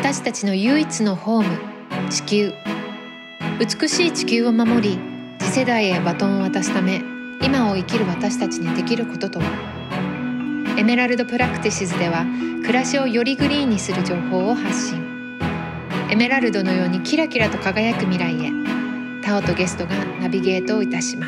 私たちの唯一のホーム、地球。美しい地球を守り、次世代へバトンを渡すため、今を生きる私たちにできることとは。エメラルドプラクティシズでは、暮らしをよりグリーンにする情報を発信。エメラルドのようにキラキラと輝く未来へ、タオとゲストがナビゲートをいたします。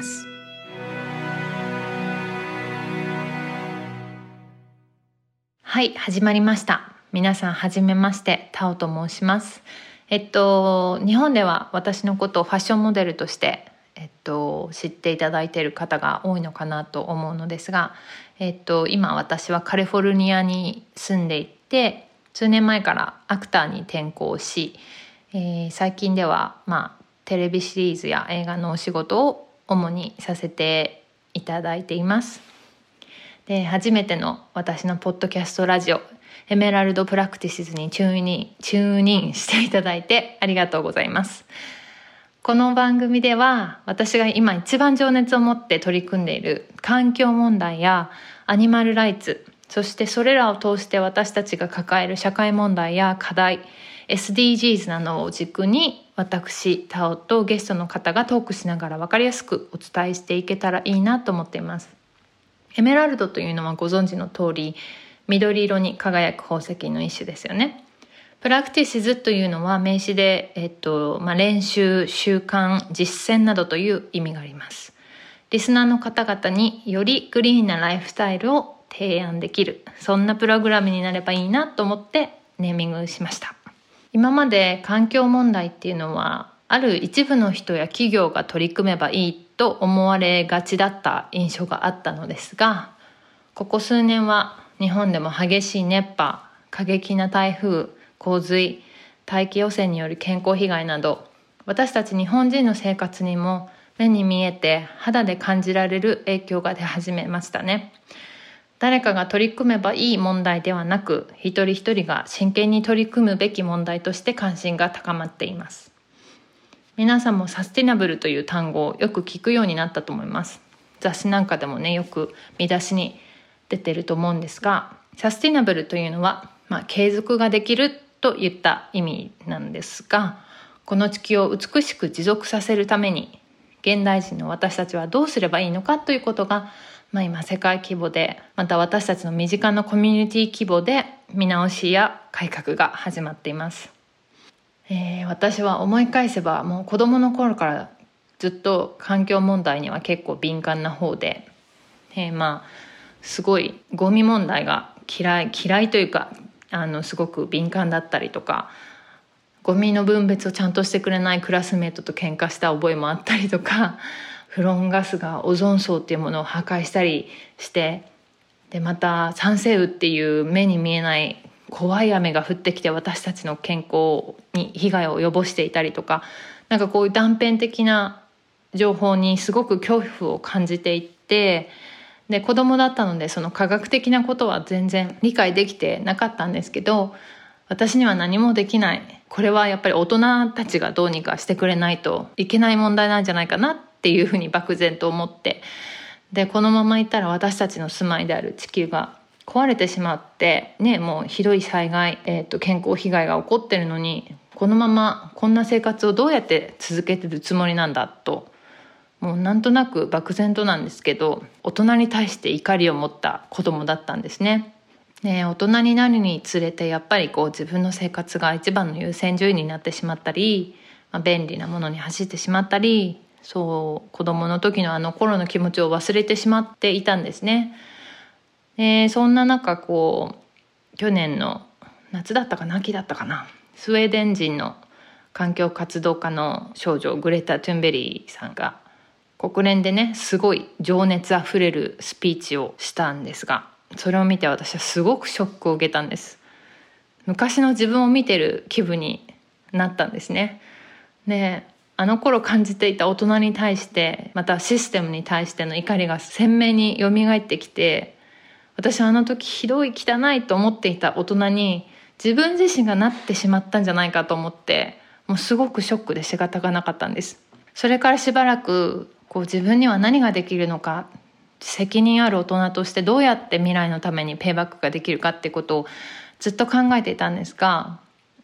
はい、始まりました。皆さんはじめまして、タオと申します。日本では私のことをファッションモデルとして、知っていただいている方が多いのかなと思うのですが、今私はカリフォルニアに住んでいて、数年前からアクターに転向し、最近では、テレビシリーズや映画のお仕事を主にさせていただいています。で、初めての私のポッドキャストラジオエメラルドプラクティシズにチューニンしていただいてありがとうございます。この番組では私が今一番情熱を持って取り組んでいる環境問題やアニマルライツ、そしてそれらを通して私たちが抱える社会問題や課題、SDGs などを軸に私タオとゲストの方がトークしながら分かりやすくお伝えしていけたらいいなと思っています。エメラルドというのはご存知の通り緑色に輝く宝石の一種ですよね。プラクティシズというのは名詞で、練習、習慣、実践などという意味があります。リスナーの方々によりグリーンなライフスタイルを提案できる、そんなプログラムになればいいなと思ってネーミングしました。今まで環境問題っていうのはある一部の人や企業が取り組めばいいと思われがちだった印象があったのですが、ここ数年は日本でも激しい熱波、過激な台風、洪水、大気汚染による健康被害など、私たち日本人の生活にも目に見えて肌で感じられる影響が出始めましたね。誰かが取り組めばいい問題ではなく、一人一人が真剣に取り組むべき問題として関心が高まっています。皆さんもサスティナブルという単語をよく聞くようになったと思います。雑誌なんかでもね、よく見出しに出てると思うんですが、サスティナブルというのは、継続ができるといった意味なんですが、この地球を美しく持続させるために現代人の私たちはどうすればいいのかということが、今世界規模で、また私たちの身近なコミュニティ規模で見直しや改革が始まっています。私は思い返せばもう子供の頃からずっと環境問題には結構敏感な方で、すごいゴミ問題が嫌いというか、すごく敏感だったりとか、ゴミの分別をちゃんとしてくれないクラスメートと喧嘩した覚えもあったりとか、フロンガスがオゾン層っていうものを破壊したりして、でまた酸性雨っていう目に見えない怖い雨が降ってきて私たちの健康に被害を及ぼしていたりとか、こういう断片的な情報にすごく恐怖を感じていて、で子供だったのでその科学的なことは全然理解できてなかったんですけど、私には何もできない、これはやっぱり大人たちがどうにかしてくれないといけない問題なんじゃないかなっていうふうに漠然と思って、でこのままいったら私たちの住まいである地球が壊れてしまってね、もうひどい災害、健康被害が起こってるのに、このままこんな生活をどうやって続けてるつもりなんだと、もうなんとなく漠然となんですけど、大人に対して怒りを持った子供だったんですね。大人になるにつれてやっぱり自分の生活が一番の優先順位になってしまったり、便利なものに走ってしまったり、子供の時のあの頃の気持ちを忘れてしまっていたんですね。そんな中去年の夏だったかな、秋だったかな、スウェーデン人の環境活動家の少女グレタ・トゥンベリーさんが国連でね、すごい情熱あふれるスピーチをしたんですが、それを見て私はすごくショックを受けたんです。昔の自分を見てる気分になったんですね。で、あの頃感じていた大人に対して、またシステムに対しての怒りが鮮明に蘇ってきて、私はあの時ひどい汚いと思っていた大人に自分自身がなってしまったんじゃないかと思って、もうすごくショックで仕方がなかったんです。それからしばらく自分には何ができるのか、責任ある大人としてどうやって未来のためにペイバックができるかってことをずっと考えていたんですが、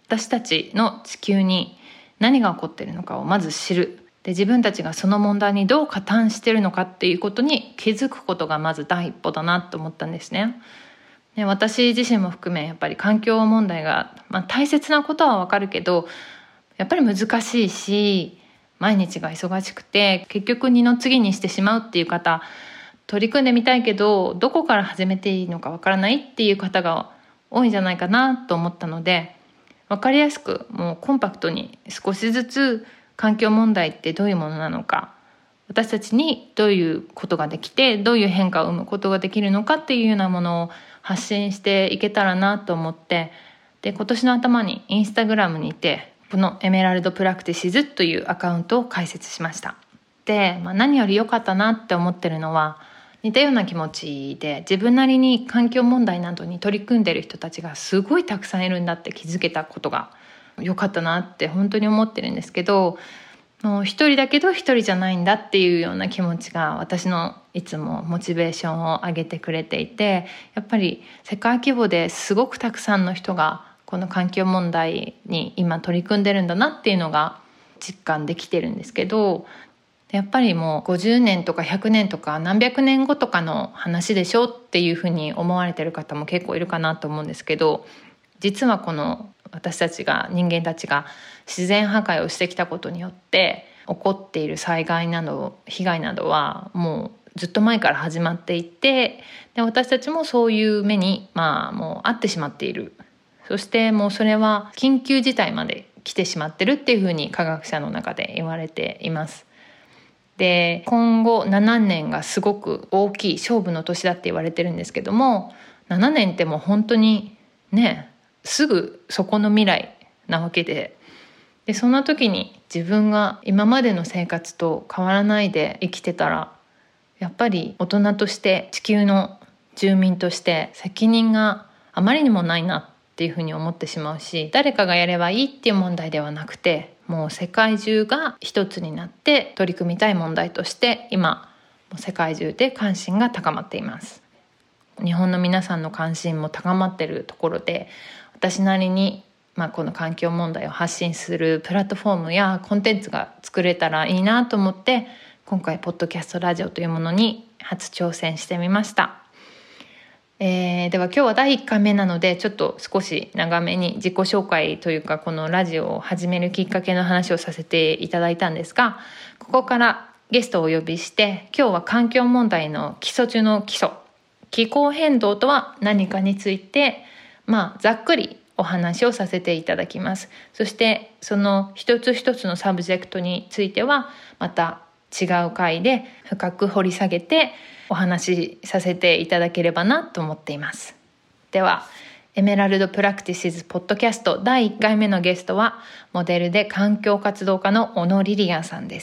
私たちの地球に何が起こっているのかをまず知る。で、自分たちがその問題にどう加担しているのかっていうことに気づくことがまず第一歩だなと思ったんですね。で、私自身も含めやっぱり環境問題が、大切なことはわかるけど、やっぱり難しいし、毎日が忙しくて結局二の次にしてしまうっていう方、取り組んでみたいけどどこから始めていいのかわからないっていう方が多いんじゃないかなと思ったので、分かりやすくもうコンパクトに少しずつ環境問題ってどういうものなのか、私たちにどういうことができてどういう変化を生むことができるのかっていうようなものを発信していけたらなと思って、で、今年の頭にインスタグラムにてこのエメラルドプラクティシズというアカウントを開設しました。で、何より良かったなって思ってるのは、似たような気持ちで自分なりに環境問題などに取り組んでる人たちがすごいたくさんいるんだって気づけたことが良かったなって本当に思ってるんですけど、もう一人だけど一人じゃないんだっていうような気持ちが私のいつもモチベーションを上げてくれていて、やっぱり世界規模ですごくたくさんの人がこの環境問題に今取り組んでるんだなっていうのが実感できてるんですけど、やっぱりもう50年とか100年とか何百年後とかの話でしょっていうふうに思われてる方も結構いるかなと思うんですけど、実はこの私たちが人間たちが自然破壊をしてきたことによって起こっている災害など被害などはもうずっと前から始まっていて、で、私たちもそういう目にもう遭ってしまっている。そしてもうそれは緊急事態まで来てしまってるっていうふうに科学者の中で言われています。で、今後7年がすごく大きい勝負の年だって言われてるんですけども、7年ってもう本当にね、すぐそこの未来なわけで、その時に自分が今までの生活と変わらないで生きてたら、やっぱり大人として地球の住民として責任があまりにもないなっていうふうに思ってしまうし、誰かがやればいいっていう問題ではなくて、もう世界中が一つになって取り組みたい問題として今世界中で関心が高まっています。日本の皆さんの関心も高まっているところで、私なりにこの環境問題を発信するプラットフォームやコンテンツが作れたらいいなと思って、今回ポッドキャストラジオというものに初挑戦してみました。では今日は第1回目なのでちょっと少し長めに自己紹介というか、このラジオを始めるきっかけの話をさせていただいたんですが、ここからゲストをお呼びして、今日は環境問題の基礎中の基礎、気候変動とは何かについてざっくりお話をさせていただきます。そしてその一つ一つのサブジェクトについてはまた違う回で深く掘り下げてお話しさせていただければなと思っています。では、エメラルドプラクティシズポッドキャスト第1回目のゲストはモデルで環境活動家の小野リリアンさんです。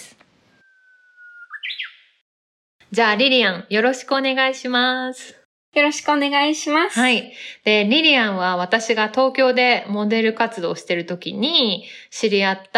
じゃあリリアン、よろしくお願いします。 よろしくお願いします。 はい。で、リリアンは私が東京でモデル活動をしている時に知り合った、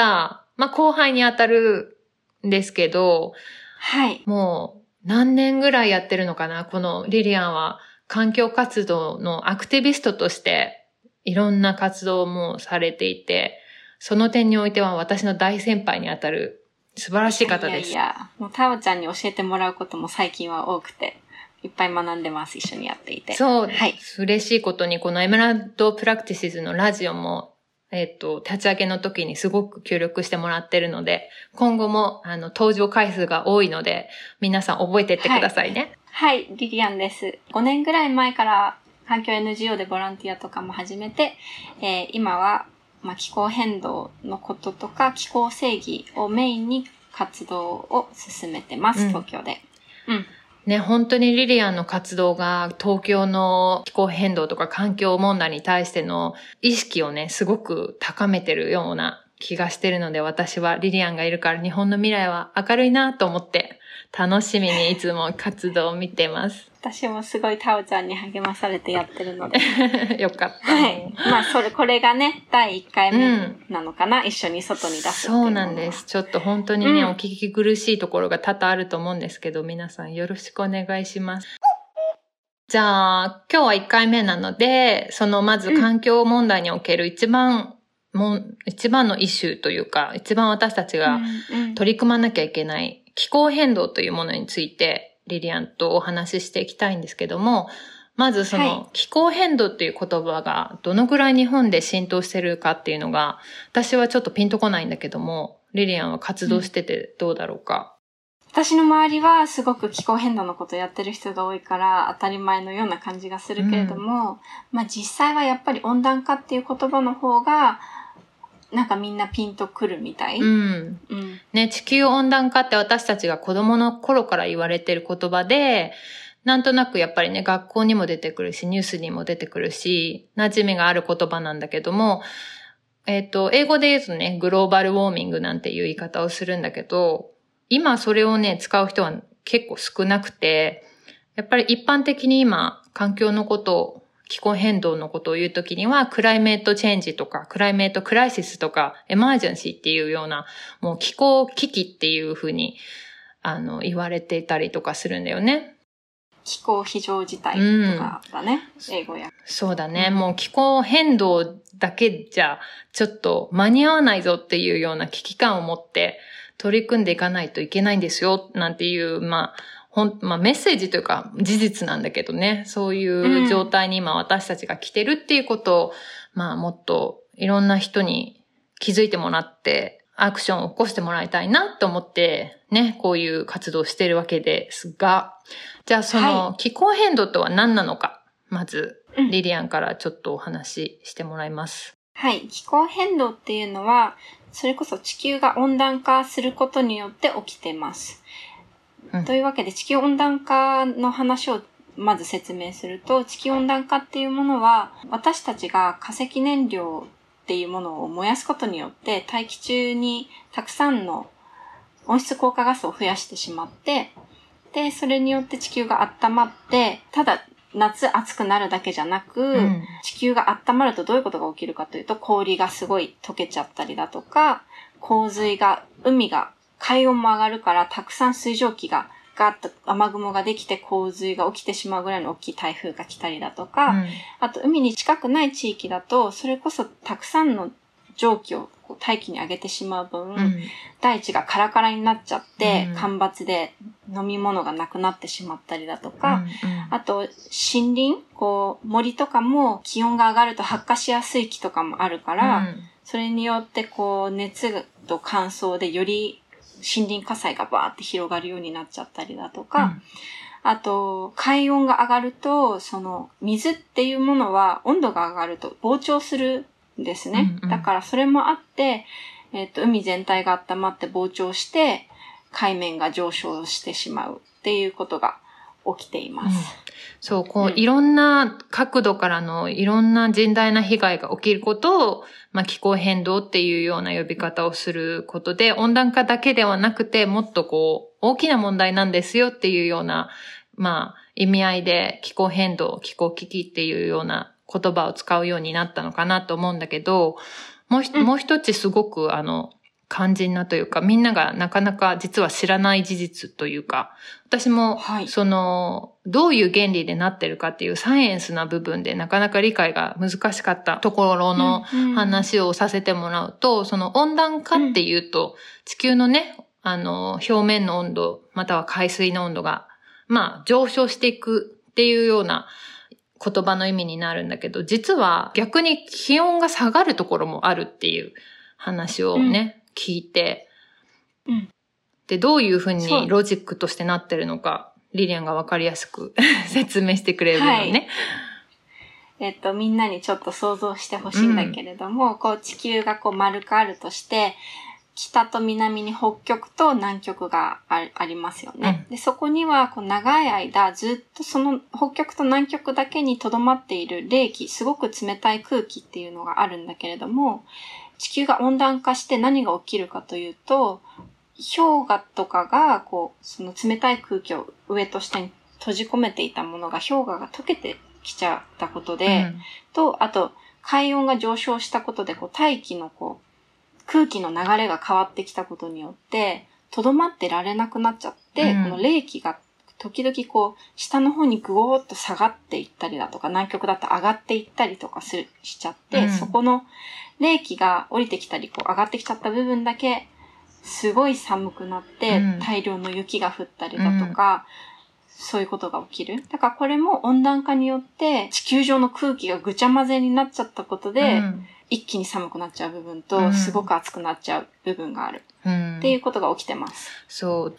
後輩にあたるんですけど、 はい。 もう何年ぐらいやってるのかな、このリリアンは環境活動のアクティビストとしていろんな活動もされていて、その点においては私の大先輩にあたる素晴らしい方です。 いや、もうタオちゃんに教えてもらうことも最近は多くて、いっぱい学んでます。一緒にやっていて。 そう、 はい。 嬉しいことにこのエメラルドプラクティシズのラジオも立ち上げの時にすごく協力してもらってるので、今後も登場回数が多いので、皆さん覚えてってくださいね。 はい、リリアンです。5年ぐらい前から環境 NGO でボランティアとかも始めて、今は気候変動のこととか気候正義をメインに活動を進めてます、東京で。 ね、本当にリリアンの活動が東京の気候変動とか環境問題に対しての意識をね、すごく高めてるような気がしてるので、私はリリアンがいるから日本の未来は明るいなと思って楽しみにいつも活動を見てます。 私もすごいタオちゃんに励まされてやってるので。 よかった。 はい。これがね、第1回目なのかな、一緒に外に出すっていうのは。 そうなんです。ちょっと本当にね、お聞き苦しいところが多々あると思うんですけど、皆さんよろしくお願いします。じゃあ、今日は1回目なので、そのまず環境問題における一番もう一番のイシューというか、一番私たちが取り組まなきゃいけない気候変動というものについて、リリアンとお話ししていきたいんですけども、まずその気候変動っていう言葉がどのくらい日本で浸透してるかっていうのが、私はちょっとピンとこないんだけども、リリアンは活動しててどうだろうか。 私の周りはすごく気候変動のことをやってる人が多いから当たり前のような感じがするけれども、まあ実際はやっぱり温暖化っていう言葉の方がなんかみんなピンとくるみたい。 ね、地球温暖化って私たちが子供の頃から言われてる言葉で、なんとなくやっぱりね、学校にも出てくるし、ニュースにも出てくるし、馴染みがある言葉なんだけども、英語で言うとね、グローバルウォーミングなんていう言い方をするんだけど、今それをね、使う人は結構少なくて、やっぱり一般的に今、環境のことを、気候変動のことを言うときには、クライメートチェンジとか、クライメートクライシスとか、エマージェンシーっていうような、もう気候危機っていうふうに、言われていたりとかするんだよね。 気候非常事態とかだね、英語や。 そうだね。もう気候変動だけじゃ、ちょっと間に合わないぞっていうような危機感を持って取り組んでいかないといけないんですよ、なんていう、メッセージというか事実なんだけどね。そういう状態に今私たちが来てるっていうことを、もっといろんな人に気づいてもらって、アクションを起こしてもらいたいなと思って、ね、こういう活動をしているわけですが、じゃあその気候変動とは何なのか、まずリリアンからちょっとお話ししてもらいます。 はい、気候変動っていうのは、それこそ地球が温暖化することによって起きてます。というわけで地球温暖化の話をまず説明すると、地球温暖化っていうものは、私たちが化石燃料っていうものを燃やすことによって大気中にたくさんの温室効果ガスを増やしてしまって、で、それによって地球が温まって、ただ夏暑くなるだけじゃなく、地球が温まるとどういうことが起きるかというと、氷がすごい溶けちゃったりだとか、海温も上がるからたくさん水蒸気がガッと雨雲ができて洪水が起きてしまうぐらいの大きい台風が来たりだとか、あと海に近くない地域だと、それこそたくさんの蒸気を大気に上げてしまう分、大地がカラカラになっちゃって、干ばつで飲み物がなくなってしまったりだとか、あと森林、森とかも気温が上がると発火しやすい木とかもあるから、それによって熱と乾燥でより森林火災がバーって広がるようになっちゃったりだとか、あと海温が上がると、その水っていうものは温度が上がると膨張するんですね。だからそれもあって、海全体が温まって膨張して、海面が上昇してしまうっていうことが起きています。 そう、いろんな角度からのいろんな甚大な被害が起きることを、気候変動っていうような呼び方をすることで、温暖化だけではなくて、もっと大きな問題なんですよっていうような、意味合いで気候変動、気候危機っていうような言葉を使うようになったのかなと思うんだけど、もう一つすごく肝心なというか、みんながなかなか実は知らない事実というか、私も、どういう原理でなってるかっていうサイエンスな部分でなかなか理解が難しかったところの話をさせてもらうと、その温暖化っていうと、地球のね、表面の温度、または海水の温度が、上昇していくっていうような言葉の意味になるんだけど、実は逆に気温が下がるところもあるっていう話をね、聞いて、で、どういうふうにロジックとしてなってるのか、リリアンがわかりやすく説明してくれるのね。 みんなにちょっと想像してほしいんだけれども、地球が丸くあるとして、北と南に北極と南極がありますよね。で、そこには長い間ずっとその北極と南極だけに留まっている冷気、すごく冷たい空気っていうのがあるんだけれども、地球が温暖化して何が起きるかというと、氷河とかがその冷たい空気を上と下に閉じ込めていたものが氷河が溶けてきちゃったことで、あと海温が上昇したことで大気の空気の流れが変わってきたことによって、とどまってられなくなっちゃって、この冷気が時々こう、下の方にぐおーっと下がっていったりだとか、南極だと上がっていったりとかしちゃって、そこの冷気が降りてきたり、こう上がってきちゃった部分だけ、すごい寒くなって、大量の雪が降ったりだとか、そういうことが起きる。だからこれも温暖化によって地球上の空気がぐちゃ混ぜになっちゃったことで、一気に寒くなっちゃう部分と、すごく暑くなっちゃう部分がある。っていうことが起きてます。 そう。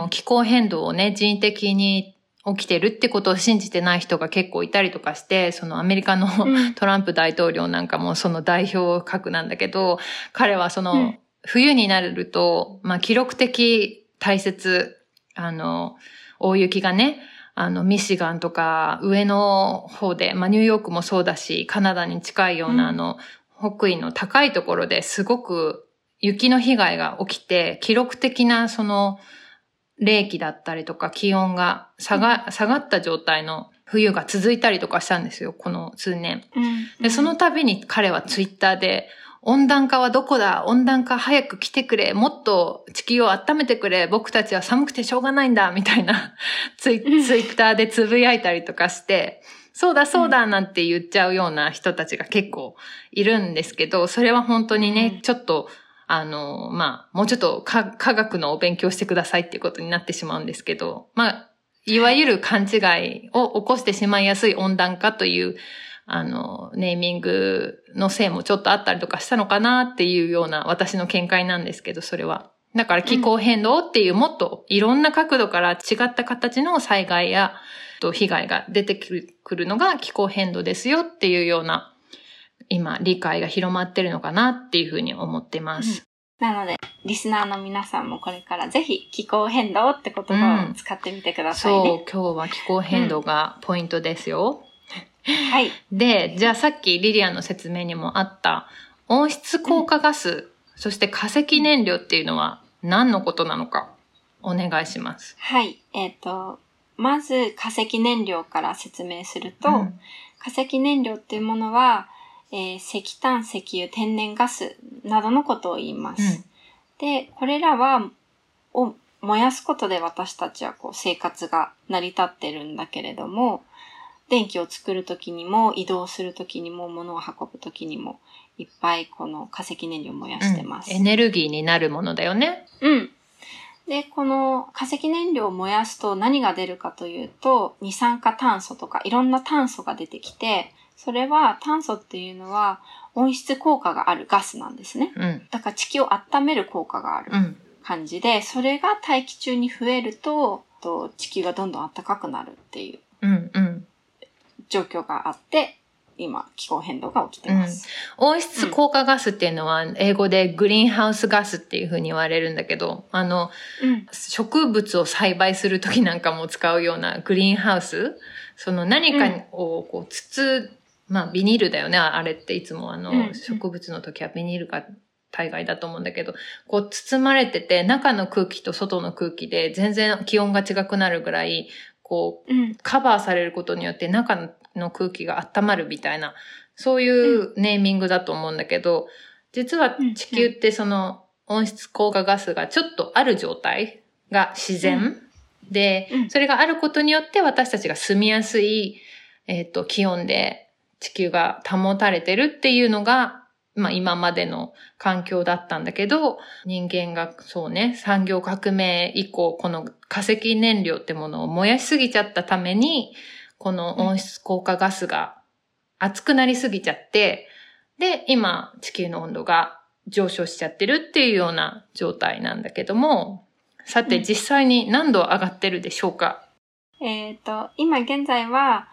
気候変動をね、人為的に起きてるってことを信じてない人が結構いたりとかして、そのアメリカのトランプ大統領なんかもその代表格なんだけど、彼はその、冬になると、記録的大雪、大雪がね、ミシガンとか上の方で、ニューヨークもそうだし、カナダに近いような北緯の高いところですごく雪の被害が起きて、記録的なその冷気だったりとか気温が下がった状態の冬が続いたりとかしたんですよ、この数年。で、その度に彼はツイッターで、温暖化はどこだ？温暖化早く来てくれ。もっと地球を温めてくれ。僕たちは寒くてしょうがないんだ。みたいなツイッターでつぶやいたりとかして、そうだそうだなんて言っちゃうような人たちが結構いるんですけど、それは本当にね、ちょっと、もうちょっと科学のお勉強してくださいっていうことになってしまうんですけど、いわゆる勘違いを起こしてしまいやすい温暖化という、ネーミングのせいもちょっとあったりとかしたのかなっていうような私の見解なんですけど、それは。だから気候変動っていうもっといろんな角度から違った形の災害や被害が出てくるのが気候変動ですよっていうような今理解が広まってるのかなっていうふうに思ってます。 なので、リスナーの皆さんもこれからぜひ気候変動って言葉を使ってみてくださいね。 そう、今日は気候変動がポイントですよ。 はい。 で、じゃあさっきリリアの説明にもあった温室効果ガス、そして化石燃料っていうのは何のことなのかお願いします。 はい。まず化石燃料から説明すると、化石燃料っていうものは、石炭、石油、天然ガスなどのことを言います。で、これらを燃やすことで私たちはこう生活が成り立ってるんだけれども、電気を作るときにも移動するときにも物を運ぶときにもいっぱいこの化石燃料を燃やしてます。 エネルギーになるものだよね。 で、この化石燃料を燃やすと何が出るかというと、二酸化炭素とかいろんな炭素が出てきて、それは炭素っていうのは温室効果があるガスなんですね。だから地球を温める効果がある感じで、それが大気中に増えると、地球がどんどん暖かくなるっていう状況があって、今気候変動が起きてます。 温室効果ガスっていうのは英語でグリーンハウスガスっていう風に言われるんだけど、植物を栽培するときなんかも使うようなグリーンハウス、その何かをこうビニールだよね、あれっていつも植物の時はビニールが大概だと思うんだけど、こう包まれてて中の空気と外の空気で全然気温が違くなるぐらい、こう、カバーされることによって中の空気が温まるみたいな、そういうネーミングだと思うんだけど、実は地球ってその温室効果ガスがちょっとある状態が自然で、それがあることによって私たちが住みやすい、気温で地球が保たれてるっていうのが、今までの環境だったんだけど、人間がそうね、産業革命以降、この化石燃料ってものを燃やしすぎちゃったために、この温室効果ガスが熱くなりすぎちゃって、で、今地球の温度が上昇しちゃってるっていうような状態なんだけども、さて実際に何度上がってるでしょうか？ 今現在は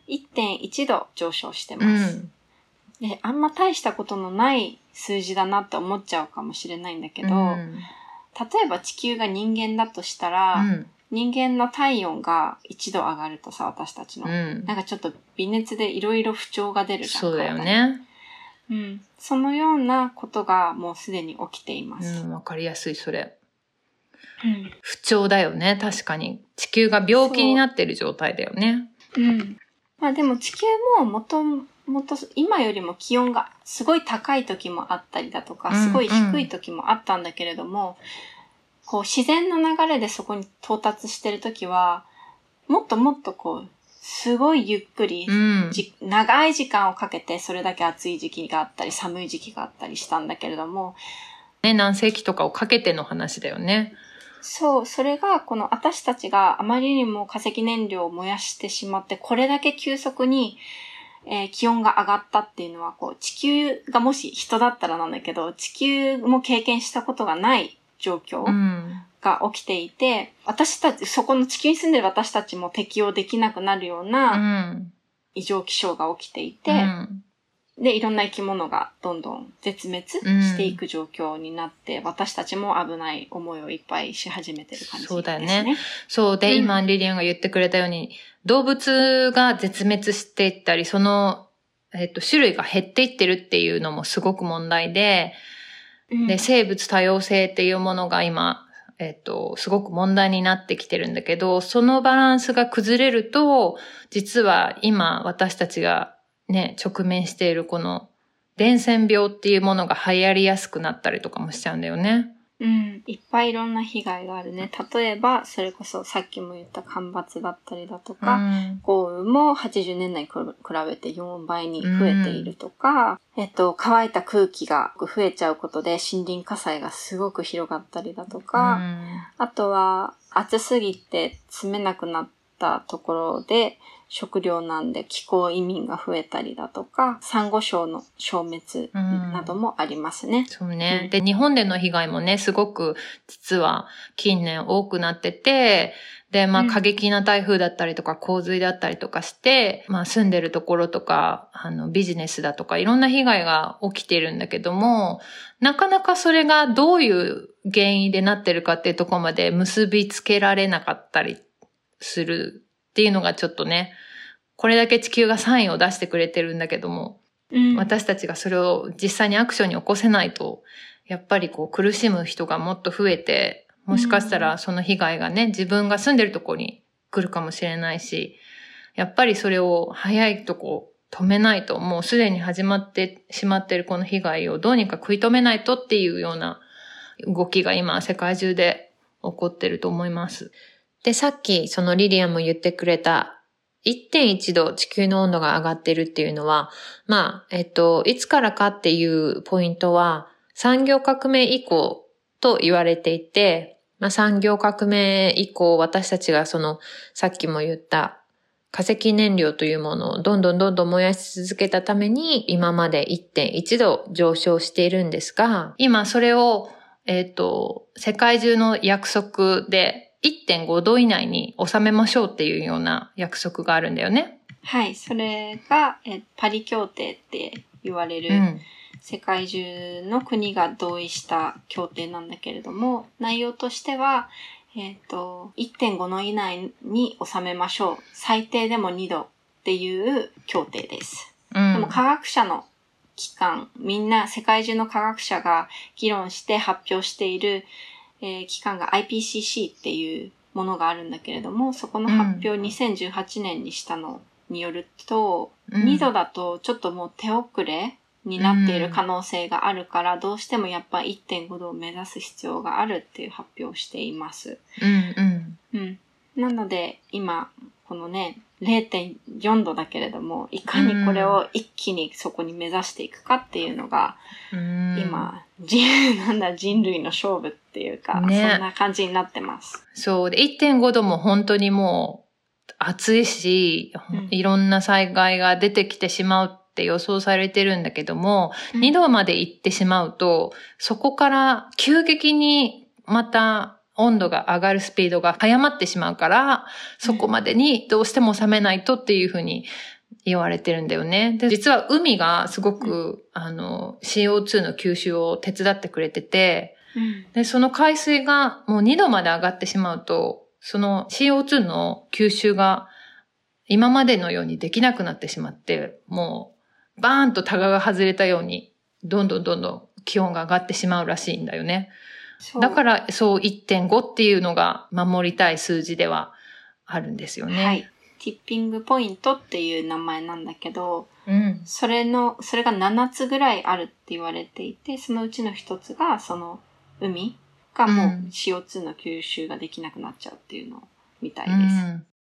1.1 度上昇してます。で、あんま大したことのない数字だなって思っちゃうかもしれないんだけど、例えば地球が人間だとしたら、人間の体温が1度上がるとさ、私たちの。なんかちょっと微熱でいろいろ不調が出るじゃん。 そうだよね。 そのようなことがもうすでに起きています。 わかりやすい、それ。不調だよね、確かに。地球が病気になってる状態だよね。 でも地球ももと今よりも気温がすごい高い時もあったりだとか、すごい低い時もあったんだけれども、こう自然の流れでそこに到達してる時は、 もっともっとこう、すごいゆっくり、長い時間をかけてそれだけ暑い時期があったり寒い時期があったりしたんだけれども、 ね、何世紀とかをかけての話だよね。 そう、それがこの私たちがあまりにも化石燃料を燃やしてしまって、これだけ急速に、気温が上がったっていうのは、こう地球がもし人だったらなんだけど、地球も経験したことがない状況が起きていて、私たち、そこの地球に住んでる私たちも適応できなくなるような異常気象が起きていて、で、いろんな生き物がどんどん絶滅していく状況になって、私たちも危ない思いをいっぱいし始めてる感じですね。 そうだよね。そうで、今リリアンが言ってくれたように、動物が絶滅していったり、その、種類が減っていってるっていうのもすごく問題で、で、生物多様性っていうものが今、すごく問題になってきてるんだけど、そのバランスが崩れると、実は今私たちがね、直面しているこの伝染病っていうものが流行りやすくなったりとかもしちゃうんだよね。 いっぱいいろんな被害があるね。例えば、それこそさっきも言った干ばつだったりだとか、豪雨も80年代に比べて4倍に増えているとか、乾いた空気が増えちゃうことで森林火災がすごく広がったりだとか、あとは暑すぎて住めなくなったところで、食糧難で気候移民が増えたりだとか、サンゴ礁の消滅などもありますね。 そうね。で、日本での被害もね、すごく実は近年多くなってて、で、過激な台風だったりとか洪水だったりとかして、住んでるところとか、ビジネスだとかいろんな被害が起きてるんだけども、なかなかそれがどういう原因でなってるかっていうところまで結びつけられなかったりするっていうのがちょっとね、これだけ地球がサインを出してくれてるんだけども、私たちがそれを実際にアクションに起こせないと、やっぱりこう苦しむ人がもっと増えて、もしかしたらその被害がね、自分が住んでるところに来るかもしれないし、やっぱりそれを早いとこ止めないと、もうすでに始まってしまっているこの被害をどうにか食い止めないとっていうような動きが今世界中で起こってると思います。で、さっきそのリリアンも言ってくれた1.1 度地球の温度が上がってるっていうのは、いつからかっていうポイントは産業革命以降と言われていて、産業革命以降私たちがさっきも言った化石燃料というものをどんどん燃やし続けたために今まで 1.1 度上昇しているんですが、今それを、世界中の約束で1.5 度以内に収めましょうっていうような約束があるんだよね。 はい、それが、パリ協定って言われる、世界中の国が同意した協定なんだけれども、内容としては、1.5 度以内に収めましょう。最低でも2度っていう協定です。でも科学者の機関、みんな世界中の科学者が議論して発表している、機関が IPCC っていうものがあるんだけれども、そこの発表2018年にしたのによると、2度だとちょっともう手遅れになっている可能性があるから、どうしてもやっぱ 1.5 度を目指す必要があるっていう発表をしています。なので今このね 0.4 度だけれども、いかにこれを一気にそこに目指していくかっていうのが、今人類の勝負っていうか、そんな感じになってます。 そうで 1.5 度も本当にもう暑いし、いろんな災害が出てきてしまうって予想されてるんだけども、2度まで行ってしまうと、そこから急激にまた温度が上がるスピードが早まってしまうから、そこまでにどうしても収めないとっていうふうに言われてるんだよね。で、実は海がすごく、CO2 の吸収を手伝ってくれてて、で、その海水がもう2度まで上がってしまうと、その CO2 の吸収が今までのようにできなくなってしまって、もうバーンとタガが外れたように、どんどん気温が上がってしまうらしいんだよね。だからそう 1.5 っていうのが守りたい数字ではあるんですよね。 はい。ティッピングポイントっていう名前なんだけど、それが7つぐらいあるって言われていて、そのうちの1つがその海がもう CO2 の吸収ができなくなっちゃうっていうのみたいです。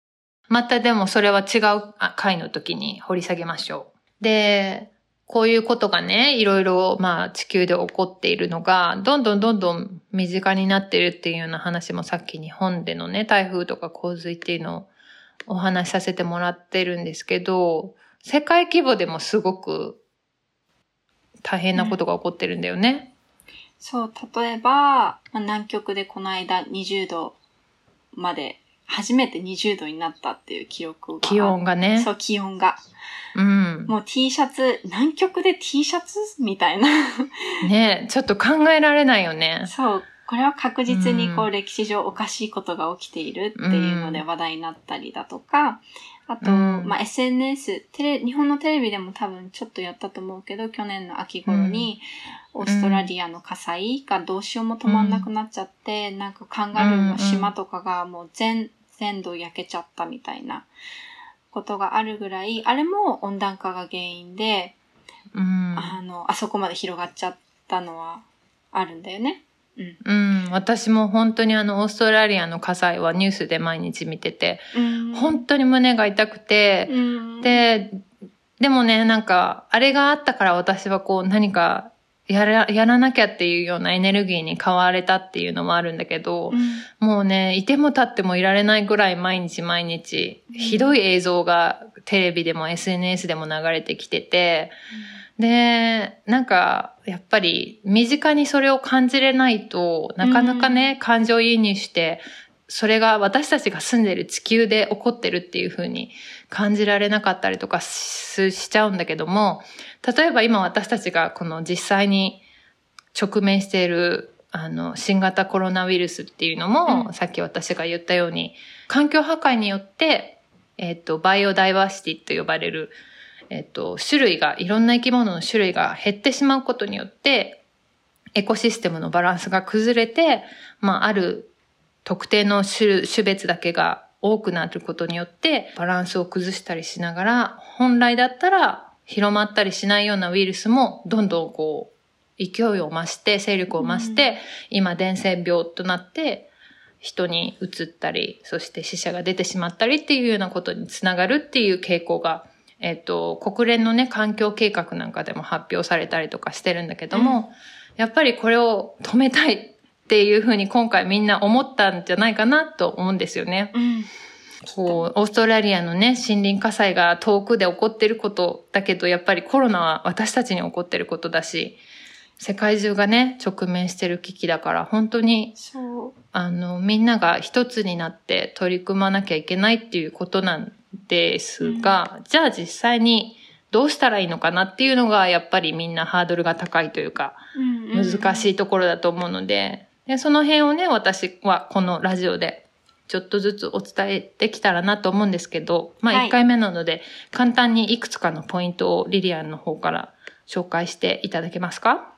またでもそれは違う回の時に掘り下げましょう。で、こういうことがね、いろいろ地球で起こっているのが、どんどん身近になってるっていうような話もさっき日本でのね、台風とか洪水っていうのをお話しさせてもらってるんですけど、世界規模でもすごく大変なことが起こってるんだよね。 そう、例えば、南極でこの間20度まで、初めて20度になったっていう記録が。 気温がね。 そう、気温が。 うん。 もう T シャツ、南極で T シャツみたいな。 ね、ちょっと考えられないよね。 そう。これは確実に歴史上おかしいことが起きているっていうので話題になったりだとか、あと、SNS、日本のテレビでも多分ちょっとやったと思うけど、去年の秋頃に、オーストラリアの火災がどうしようも止まんなくなっちゃって、なんかカンガルーの島とかがもう全土焼けちゃったみたいなことがあるぐらい、あれも温暖化が原因で、あそこまで広がっちゃったのはあるんだよね。 私も本当にオーストラリアの火災はニュースで毎日見てて、本当に胸が痛くて、でもね、なんか、あれがあったから私は何かやらなきゃっていうようなエネルギーに変われたっていうのもあるんだけど、もうね、いても立ってもいられないぐらい毎日、ひどい映像がテレビでも SNS でも流れてきてて、で、なんか、やっぱり身近にそれを感じれないとなかなかね、感情移入して、それが私たちが住んでる地球で起こってるっていう風に感じられなかったりとかしちゃうんだけども、例えば今私たちがこの実際に直面している新型コロナウイルスっていうのも、さっき私が言ったように環境破壊によってバイオダイバーシティと呼ばれる種類が、いろんな生き物の種類が減ってしまうことによって、エコシステムのバランスが崩れて、ある特定の種別だけが多くなることによって、バランスを崩したりしながら、本来だったら広まったりしないようなウイルスも、どんどん勢いを増して、勢力を増して、今伝染病となって、人に移ったり、そして死者が出てしまったりっていうようなことにつながるっていう傾向が、国連のね、環境計画なんかでも発表されたりとかしてるんだけども、やっぱりこれを止めたいっていうふうに今回みんな思ったんじゃないかなと思うんですよね。オーストラリアのね、森林火災が遠くで起こってることだけど、やっぱりコロナは私たちに起こってることだし、世界中がね、直面してる危機だから、本当に、みんなが一つになって取り組まなきゃいけないっていうことなんですが、じゃあ実際にどうしたらいいのかなっていうのがやっぱりみんなハードルが高いというか、難しいところだと思うので、その辺をね、私はこのラジオでちょっとずつお伝えできたらなと思うんですけど、1回目なので簡単にいくつかのポイントをリリアンの方から紹介していただけますか？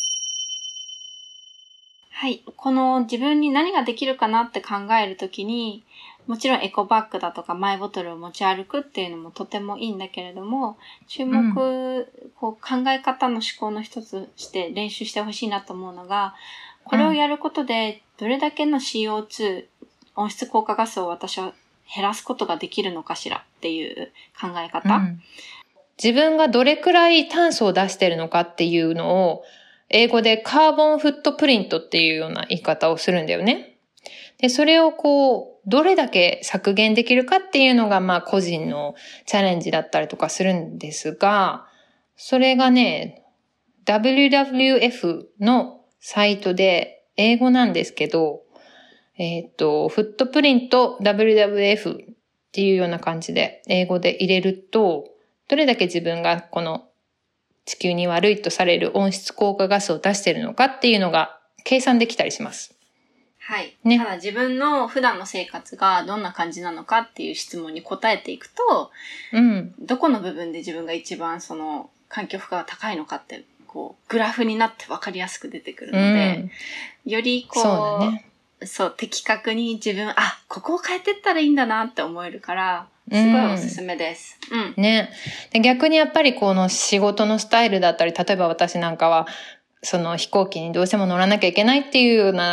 はい。この自分に何ができるかなって考えるときに、もちろんエコバッグだとかマイボトルを持ち歩くっていうのもとてもいいんだけれども、考え方の思考の一つとして練習してほしいなと思うのが、これをやることでどれだけの CO2、温室効果ガスを私は減らすことができるのかしらっていう考え方。 自分がどれくらい炭素を出してるのかっていうのを、英語でカーボンフットプリントっていうような言い方をするんだよね。で、それをどれだけ削減できるかっていうのが、個人のチャレンジだったりとかするんですが、それがね、WWF のサイトで英語なんですけど、フットプリント WWF っていうような感じで英語で入れると、どれだけ自分がこの地球に悪いとされる温室効果ガスを出しているのかっていうのが計算できたりします。 はい。ね、ただ自分の普段の生活がどんな感じなのかっていう質問に答えていくと、どこの部分で自分が一番その環境負荷が高いのかってグラフになって分かりやすく出てくるので、より的確に自分、ここを変えてったらいいんだなって思えるから、すごいおすすめです。 ね。で、逆にやっぱりこの仕事のスタイルだったり、例えば私なんかは、その飛行機にどうしても乗らなきゃいけないっていうような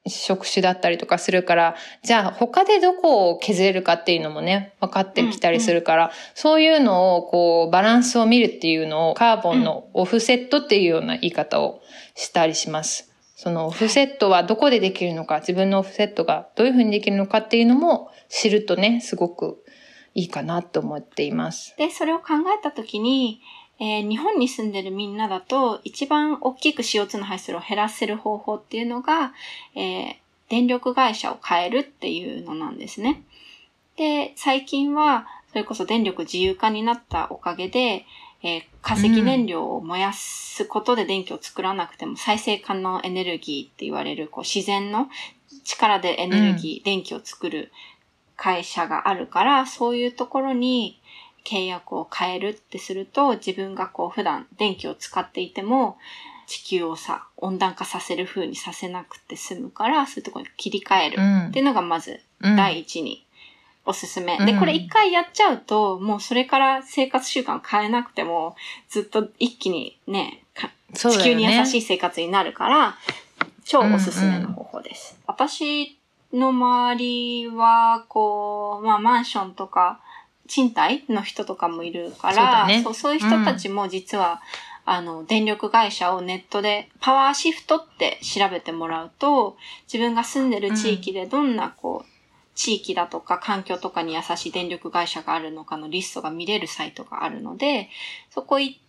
職種だったりとかするから、じゃあ他でどこを削れるかっていうのもね、分かってきたりするから、そういうのをこうバランスを見るっていうのをカーボンのオフセットっていうような言い方をしたりします。そのオフセットはどこでできるのか、自分のオフセットがどういうふうにできるのかっていうのも知るとね、すごくいいかなと思っています。 で、それを考えたときに、日本に住んでるみんなだと一番大きく CO2 の排出量を減らせる方法っていうのが、電力会社を変えるっていうのなんですね。で、最近はそれこそ電力自由化になったおかげで、化石燃料を燃やすことで電気を作らなくても再生可能エネルギーって言われるこう自然の力でエネルギー、電気を作る会社があるから、そういうところに契約を変えるってすると、自分がこう普段電気を使っていても地球を温暖化させる風にさせなくて済むから、そういうところに切り替えるっていうのがまず第一におすすめ。で、これ一回やっちゃうと、もうそれから生活習慣を変えなくても、ずっと一気にね、地球に優しい生活になるから、超おすすめの方法です。私の周りは、こう、マンションとか、賃貸の人とかもいるから、そういう人たちも実は、電力会社をネットでパワーシフトって調べてもらうと、自分が住んでる地域でどんな地域だとか環境とかに優しい電力会社があるのかのリストが見れるサイトがあるので、そこ行って、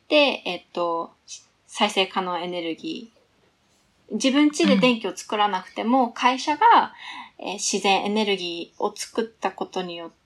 再生可能エネルギー、自分家で電気を作らなくても、会社が、自然エネルギーを作ったことによって、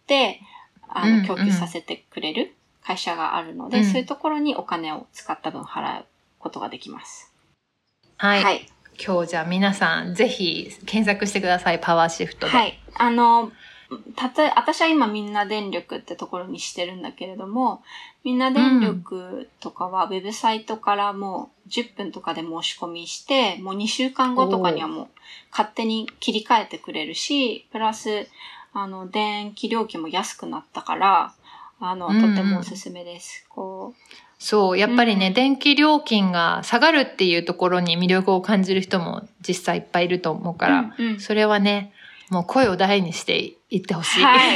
供給させてくれる会社があるので、そういうところにお金を使った分払うことができます。 はい。はい、今日じゃあ皆さんぜひ検索してください。パワーシフトで。 はい。私は今みんな電力ってところにしてるんだけれども、みんな電力とかはウェブサイトからもう10分とかで申し込みして、もう2週間後とかにはもう勝手に切り替えてくれるし、プラス、電気料金も安くなったから、とてもおすすめです。 そう、やっぱりね、電気料金が下がるっていうところに魅力を感じる人も実際いっぱいいると思うから、それはね、もう声を大にしていってほしい。 はい。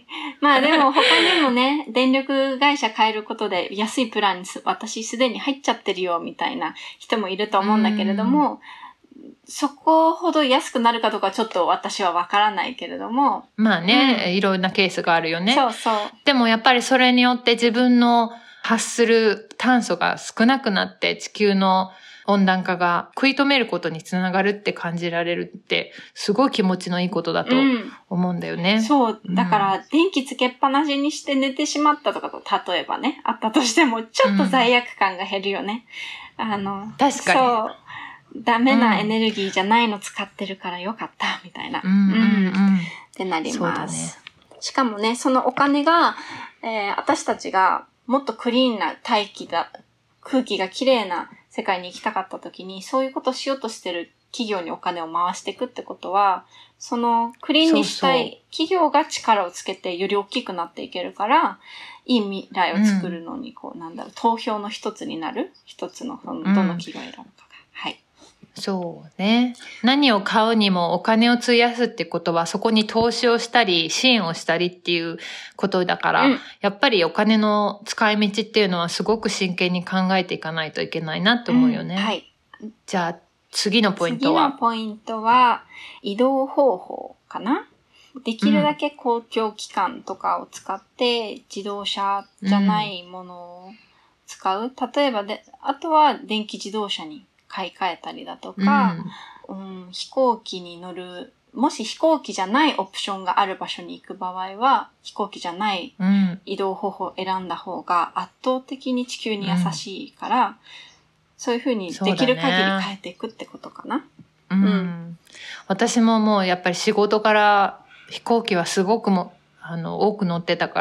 まあでも他にもね、電力会社変えることで安いプランに私すでに入っちゃってるよみたいな人もいると思うんだけれども、そこほど安くなるかどうかちょっと私はわからないけれども。 まあね、いろんなケースがあるよね。 そうそう。 でもやっぱりそれによって自分の発する炭素が少なくなって地球の温暖化が食い止めることにつながるって感じられるってすごい気持ちのいいことだと思うんだよね。 そう。だから電気つけっぱなしにして寝てしまったとかと例えばね、あったとしてもちょっと罪悪感が減るよね。 確かに。 そう。ダメなエネルギーじゃないの使ってるからよかったみたいな。ってなります。そうだね。しかもね、そのお金が、私たちがもっとクリーンな空気がきれいな世界に行きたかった時に、そういうことをしようとしてる企業にお金を回していくってことは、そのクリーンにしたい企業が力をつけてより大きくなっていけるから、いい未来を作るのに、投票の一つになる、一つの、どの企業を選ぶかが。はい。 そうね。何を買うにもお金を費やすってことはそこに投資をしたり支援をしたりっていうことだから、やっぱりお金の使い道っていうのはすごく真剣に考えていかないといけないなと思うよね。 はい。 じゃあ次のポイントは？ 次のポイントは移動方法かな。できるだけ公共機関とかを使って自動車じゃないものを使う。例えばあとは電気自動車に買い替えたりだとか、飛行機に乗る、もし飛行機じゃないオプションがある場所に行く場合は、飛行機じゃない移動方法を選んだ方が圧倒的に地球に優しいから、そういうふうにできる限り変えていくってことかな。 私ももうやっぱり仕事から飛行機はすごく多く乗ってたから、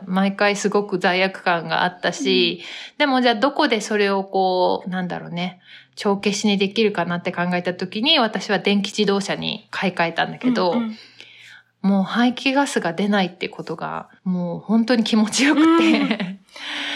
毎回すごく罪悪感があったし、でもじゃあどこでそれを帳消しにできるかなって考えた時に、私は電気自動車に買い替えたんだけど、もう排気ガスが出ないってことがもう本当に気持ちよくて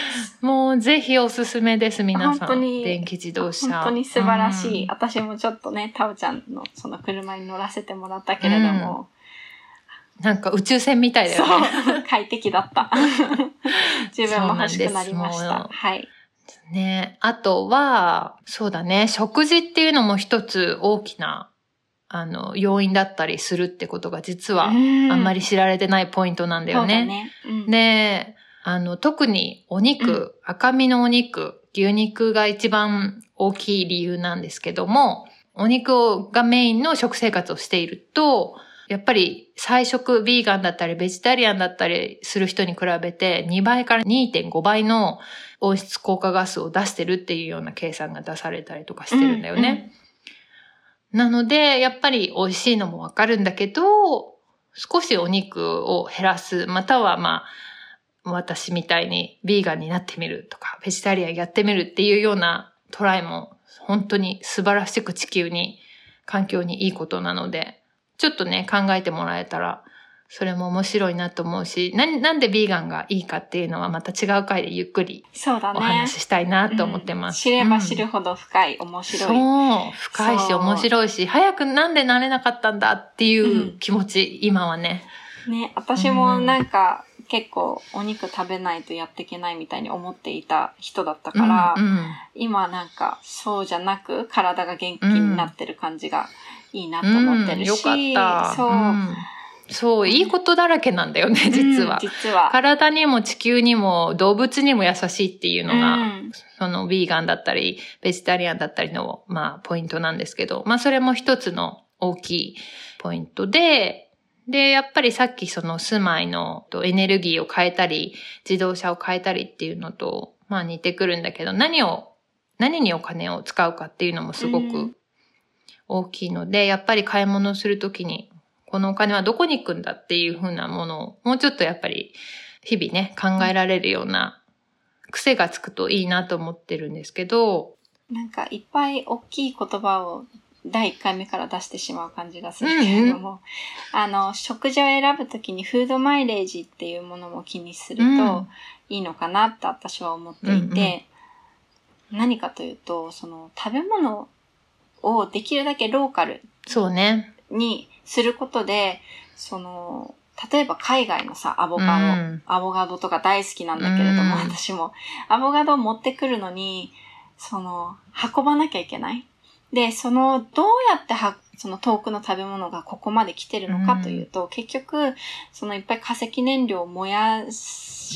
もうぜひおすすめです、皆さん。 本当に電気自動車。 本当に素晴らしい。私もちょっとね、タオちゃんのその車に乗らせてもらったけれども。 なんか宇宙船みたいだよね。 そう、快適だった。自分も欲しくなりました。はい。 ね、あとは、そうだね、食事っていうのも一つ大きな、要因だったりするってことが実はあんまり知られてないポイントなんだよね。 そうだね。 で、特にお肉、赤身のお肉、牛肉が一番大きい理由なんですけども、お肉がメインの食生活をしていると、やっぱり菜食ビーガンだったりベジタリアンだったりする人に比べて2倍から 2.5 倍の温室効果ガスを出してるっていうような計算が出されたりとかしてるんだよね。なので、やっぱり美味しいのもわかるんだけど、少しお肉を減らす、または私みたいにビーガンになってみるとか、ベジタリアンやってみるっていうようなトライも本当に素晴らしく地球に、環境にいいことなので、ちょっとね、考えてもらえたら、それも面白いなと思うし、なんでビーガンがいいかっていうのはまた違う回でゆっくりお話ししたいなと思ってます。 知れば知るほど深い、面白い。 そう、深いし面白いし、早くなんでなれなかったんだっていう気持ち、今はね。 ね、私もなんか、結構お肉食べないとやっていけないみたいに思っていた人だったから、今なんかそうじゃなく体が元気になってる感じがいいなと思ってるし、 よかった。そう、いいことだらけなんだよね、実は。 実は。 体にも地球にも動物にも優しいっていうのが、そのビーガンだったり、ベジタリアンだったりの、ポイントなんですけど、それも一つの大きいポイントで、やっぱりさっきその住まいのエネルギーを変えたり、自動車を変えたりっていうのと、似てくるんだけど、何にお金を使うかっていうのもすごく大きいので、やっぱり買い物をするときに、このお金はどこに行くんだっていう風なものを、もうちょっとやっぱり日々ね、考えられるような癖がつくといいなと思ってるんですけど。 なんかいっぱい大きい言葉を第1回目から出してしまう感じがするけれども、食事を選ぶときにフードマイレージっていうものも気にするといいのかなって私は思っていて、何かというと、その食べ物をできるだけローカルにすることで、その、例えば海外のさ、アボカドとか大好きなんだけれども、私も、アボカドを持ってくるのに、運ばなきゃいけない。で、どうやってその遠くの食べ物がここまで来てるのかというと、結局、いっぱい化石燃料を燃やして、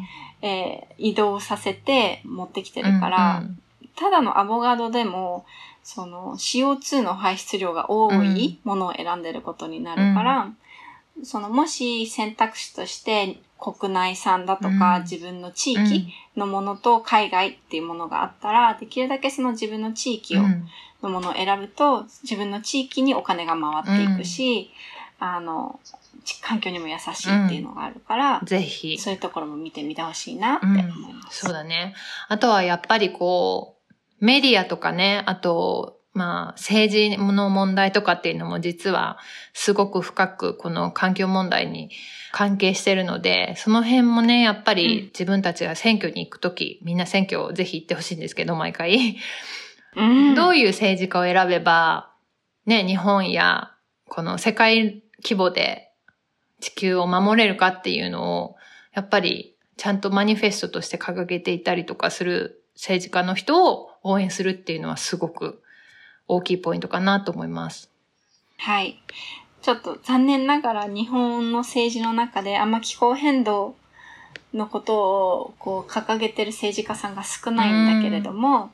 移動させて持ってきてるから、ただのアボカドでも、CO2 の排出量が多いものを選んでることになるから、もし選択肢として国内産だとか、自分の地域のものと海外っていうものがあったら、できるだけ自分の地域のものを選ぶと、自分の地域にお金が回っていくし、環境にも優しいっていうのがあるから、 ぜひ。 そういうところも見てみてほしいなって思います。 そうだね。あとはやっぱりメディアとかね、あと、政治の問題とかっていうのも実はすごく深くこの環境問題に関係してるので、その辺もね、やっぱり自分たちが選挙に行くとき、みんな選挙をぜひ行ってほしいんですけど、毎回。どういう政治家を選べば、ね、日本やこの世界規模で地球を守れるかっていうのを、やっぱりちゃんとマニフェストとして掲げていたりとかする政治家の人を応援するっていうのはすごく大きいポイントかなと思います。 はい。ちょっと残念ながら日本の政治の中であんま気候変動のことを掲げてる政治家さんが少ないんだけれども、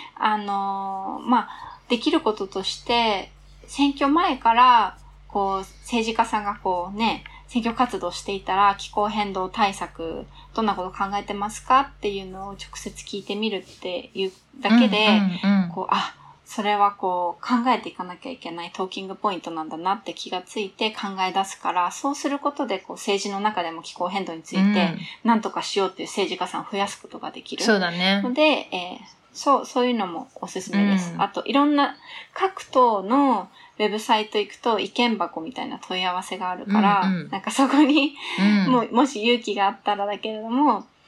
できることとして選挙前から政治家さんが選挙活動していたら気候変動対策どんなこと考えてますかっていうのを直接聞いてみるっていうだけで、それは考えていかなきゃいけないトーキングポイントなんだなって気がついて考え出すから、そうすることで政治の中でも気候変動について何とかしようっていう政治家さんを増やすことができる。 そうだね。 ので、そういうのもおすすめです。あと、いろんな各党のウェブサイト行くと意見箱みたいな問い合わせがあるから、なんかそこに、もし勇気があったらだけれども、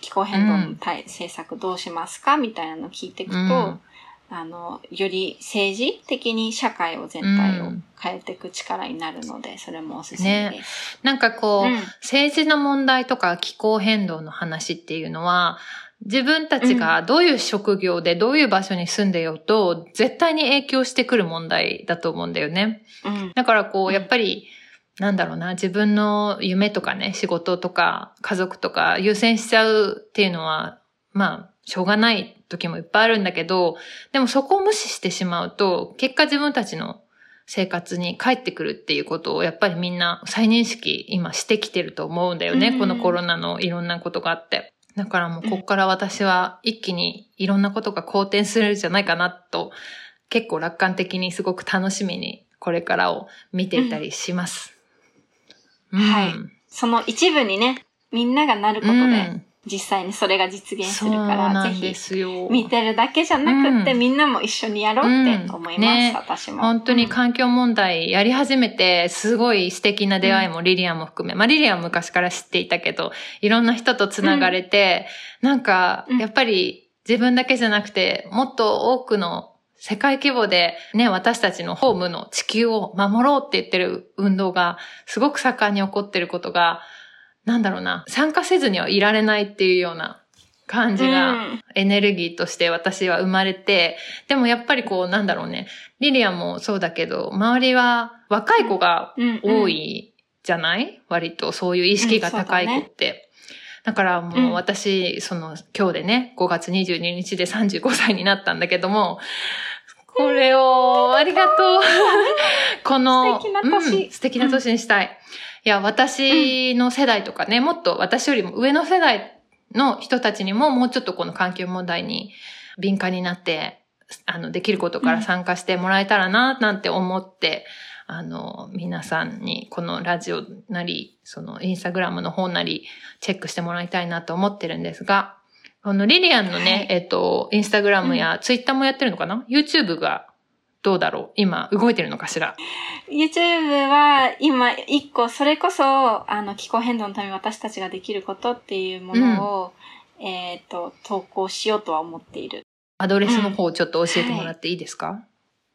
気候変動の政策どうしますかみたいなのを聞いていくと、より政治的に社会を全体を変えていく力になるので、それもおすすめです。 なんかこう、政治の問題とか気候変動の話っていうのは、自分たちがどういう職業でどういう場所に住んでようと、絶対に影響してくる問題だと思うんだよね。だからこう、やっぱり、なんだろうな、自分の夢とかね、仕事とか家族とか優先しちゃうっていうのは、しょうがない時もいっぱいあるんだけど、でもそこを無視してしまうと、結果自分たちの生活に帰ってくるっていうことをやっぱりみんな再認識今してきてると思うんだよね。このコロナのいろんなことがあって。だからもうこっから私は一気にいろんなことが好転するんじゃないかなと、結構楽観的にすごく楽しみにこれからを見ていたりします。 はい。その一部にね、みんながなることで、実際にそれが実現するから、ぜひ見てるだけじゃなくって、みんなも一緒にやろうって思います、私も。 本当に環境問題やり始めて、すごい素敵な出会いもリリアンも含め、リリアンは昔から知っていたけど、いろんな人とつながれて、なんか、やっぱり自分だけじゃなくて、もっと多くの世界規模でね、私たちのホームの地球を守ろうって言ってる運動がすごく盛んに起こってることが、なんだろうな、参加せずにはいられないっていうような感じがエネルギーとして私は生まれて、でもやっぱりこうなんだろうね、リリアもそうだけど、周りは若い子が多いじゃない？割とそういう意識が高い子って。だからもう私、今日でね、5月22日で35歳になったんだけども、これを、ありがとう。この、素敵な年にしたい。いや、私の世代とかね、もっと私よりも上の世代の人たちにももうちょっとこの環境問題に敏感になって、できることから参加してもらえたらな、なんて思って、皆さんにこのラジオなり、インスタグラムの方なり、チェックしてもらいたいなと思ってるんですが、リリアンのね、インスタグラムやツイッターもやってるのかな？ YouTube がどうだろう？今動いてるのかしら？ YouTube は今一個、それこそ、気候変動のために私たちができることっていうものを、投稿しようとは思っている。 アドレスの方をちょっと教えてもらっていいですか？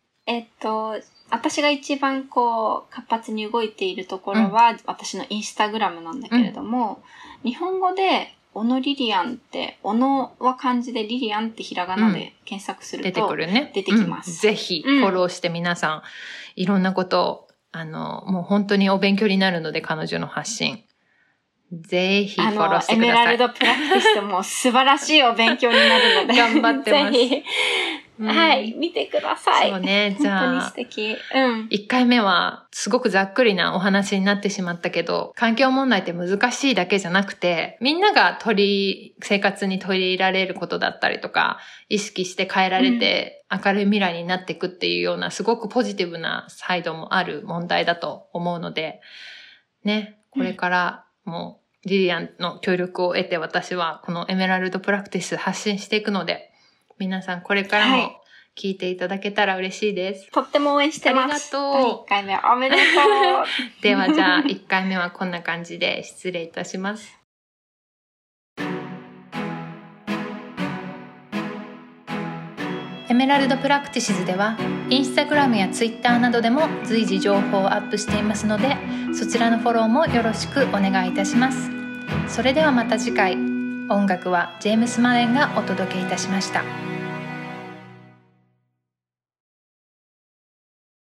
私が一番活発に動いているところは、私のインスタグラムなんだけれども、日本語で、小野リリアンって、小野は漢字でリリアンってひらがなで検索すると、出てくるね。出てきます。 ぜひ、フォローして皆さん、いろんなことを、もう本当にお勉強になるので、彼女の発信。ぜひフォローしてください。 エメラルドプラクティスも素晴らしいお勉強になるので。 頑張ってます。 ぜひ。はい、見てください。 そうね、じゃあ。 本当に素敵。 1回目はすごくざっくりなお話になってしまったけど、環境問題って難しいだけじゃなくて、みんなが生活に取り入れられることだったりとか、意識して変えられて明るい未来になっていくっていうようなすごくポジティブなサイドもある問題だと思うので、ね、これからもリリアンの協力を得て私はこのエメラルドプラクティス発信していくので、皆さんこれからも聞いていただけたら嬉しいです。 とっても応援してます。 ありがとう。 第1回目おめでとう。ではじゃあ1回目はこんな感じで失礼いたします。エメラルドプラクティシズではインスタグラムやツイッターなどでも随時情報をアップしていますので、そちらのフォローもよろしくお願いいたします。それではまた次回。音楽はジェームス・マレンがお届けいたしました。